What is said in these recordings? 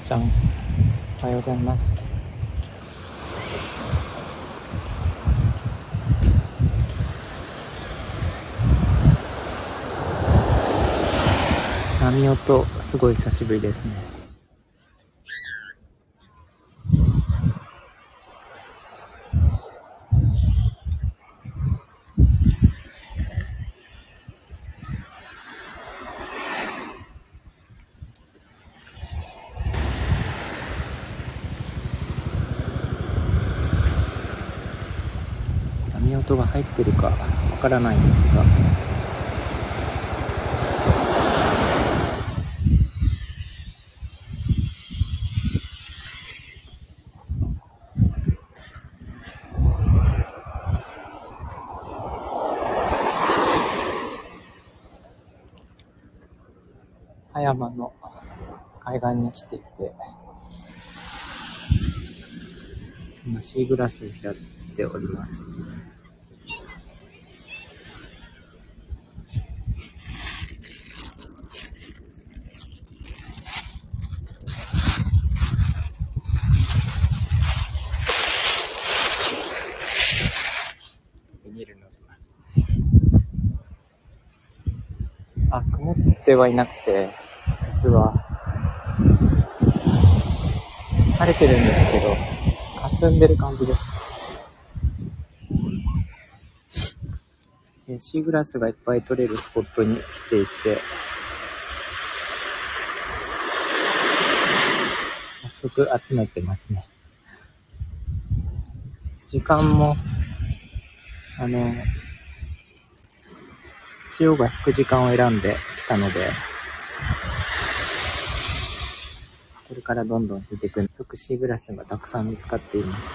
ちゃん、おはようございます。波音、すごい久しぶりですね。波音が入ってるかわからないんですが、葉山の海岸に来ていて、今シーグラスを拾っております。ビニールの曇ってはいなくて、実は晴れてるんですけど、霞んでる感じです。シーグラスがいっぱい取れるスポットに来ていて、早速集めてますね。時間も潮が引く時間を選んできたので、これからどんどん引いていく。即シーグラスがたくさん見つかっています。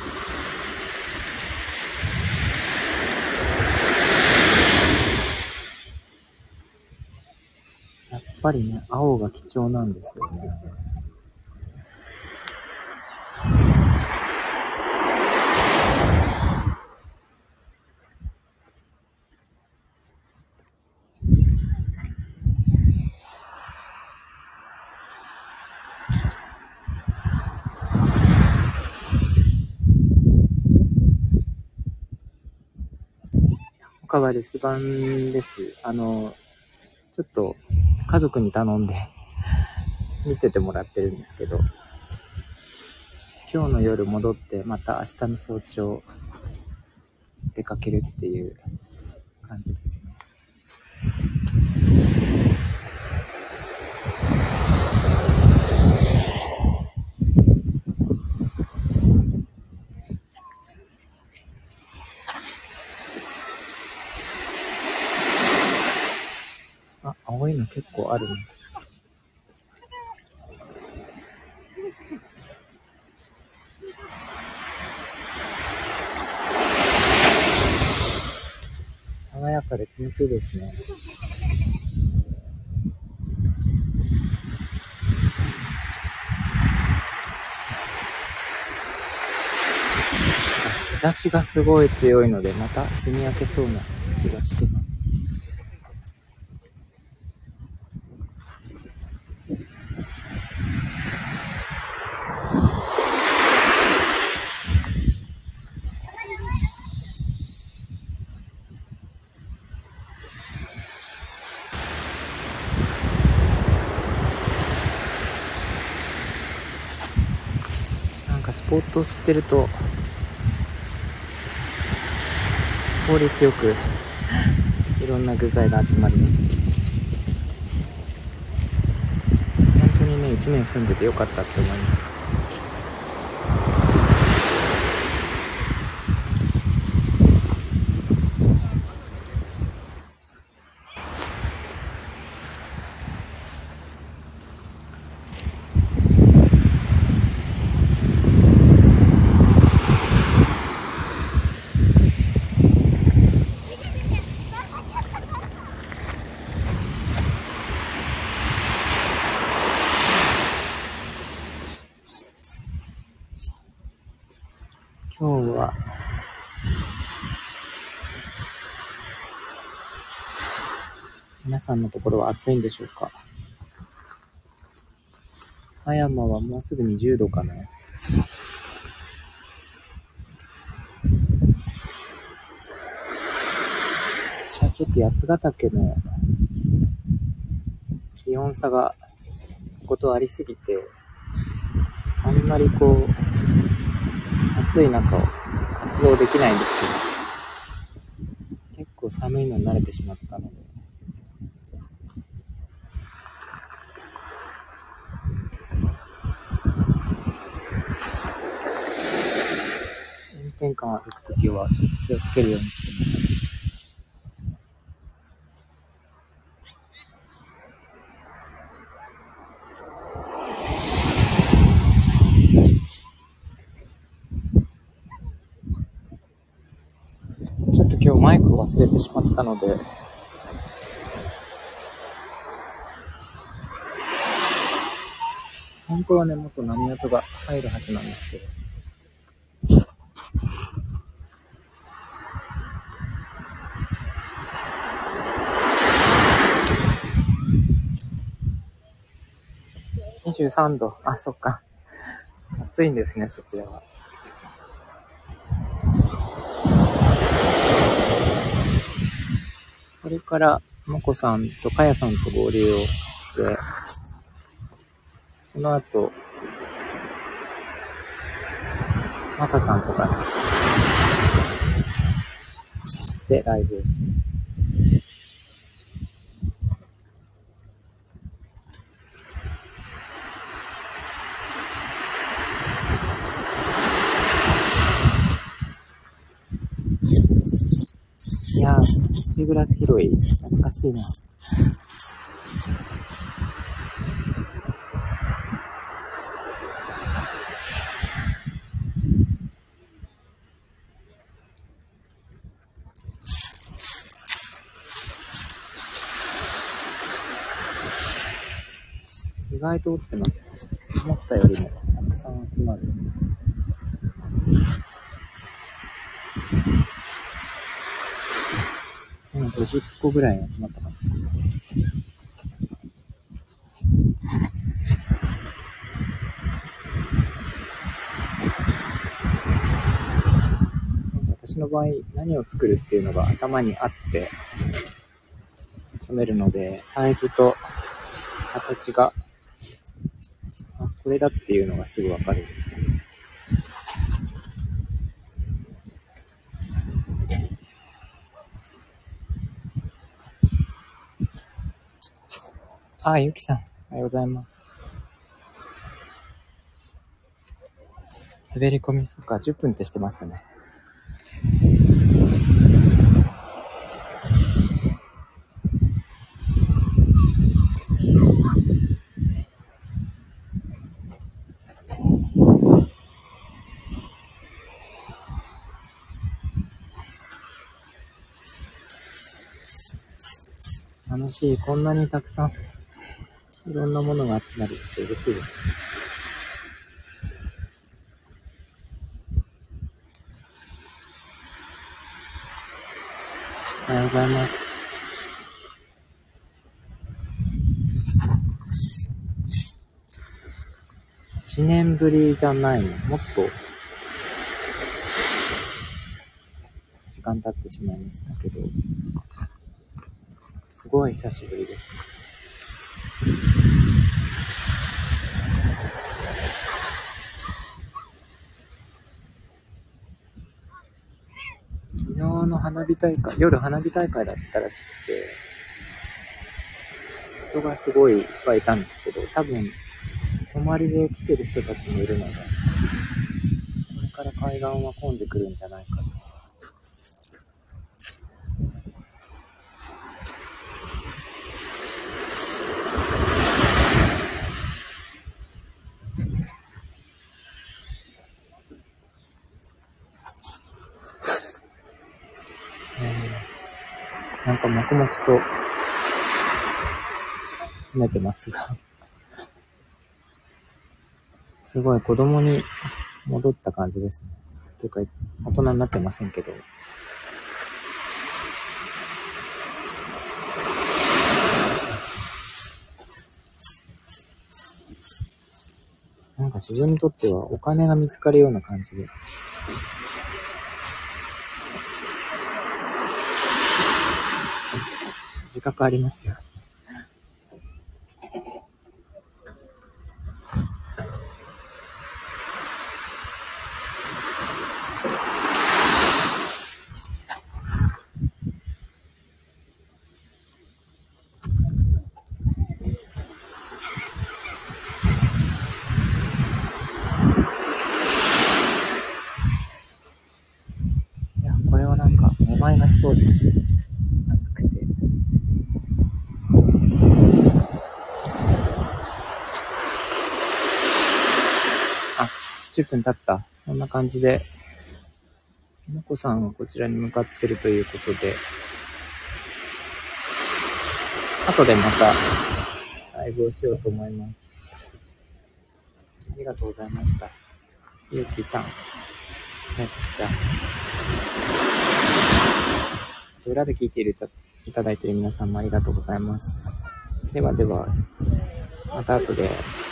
やっぱりね、青が貴重なんですよね。他が留守番です。ちょっと家族に頼んで見ててもらってるんですけど、今日の夜戻ってまた明日の早朝出かけるっていう感じですね。青いの結構あるね。爽やかで気持ちいいですね。日差しがすごい強いので、また日に焼けそうな気がしてます。なんかスポットを知ってると効率よくいろんな具材が集まります。本当にね、1年住んでてよかったって思います。今日は皆さんのところは暑いんでしょうか。 葉山はもうすぐ20度かな。ちょっと八ヶ岳の気温差がことありすぎて、あんまりこう暑い中を活動できないんですけど、結構寒いのに慣れてしまったので、炎天下が吹くときはちょっと気をつけるようにしてます。ちょっと今日マイクを忘れてしまったので、本当はね、もっと波音が入るはずなんですけど、23度。あ、そっか。暑いんですね、そちらは。これから、もこさんとかやさんと合流をして、その後、まささんとかでライブをします。いやー、シーグラス拾い、懐かしいな。意外と落ちてます。思ったよりもたくさん集まる。50個ぐらい集まったかな。私の場合、何を作るっていうのが頭にあって集めるので、サイズと形がこれだっていうのがすぐわかるんですね。あ、ゆきさん、おはようございます。滑り込み、そっか、10分ってしてましたね。楽しい。こんなにたくさんいろんなものが集まるって嬉しいです。おはようございます。1年ぶりじゃないの。もっと時間経ってしまいましたけど、すごい久しぶりですね。昨日の花火大会、夜花火大会だったらしくて、人がすごいいっぱいいたんですけど、多分泊まりで来てる人たちもいるので、これから海岸は混んでくるんじゃないかと。なんか黙々と詰めてますがすごい子供に戻った感じですね。というか大人になってませんけど、 自分にとってはお金が見つかるような感じで。自覚ありますよ。いや、これはなんか、めまいがしそうですね。暑くて。あ、10分経った。そんな感じで、のこさんはこちらに向かってるということで、後でまたライブをしようと思います。ありがとうございました。ゆうきさん、めっちゃ。裏で聞いていただいている皆さんもありがとうございます。ではでは、また後で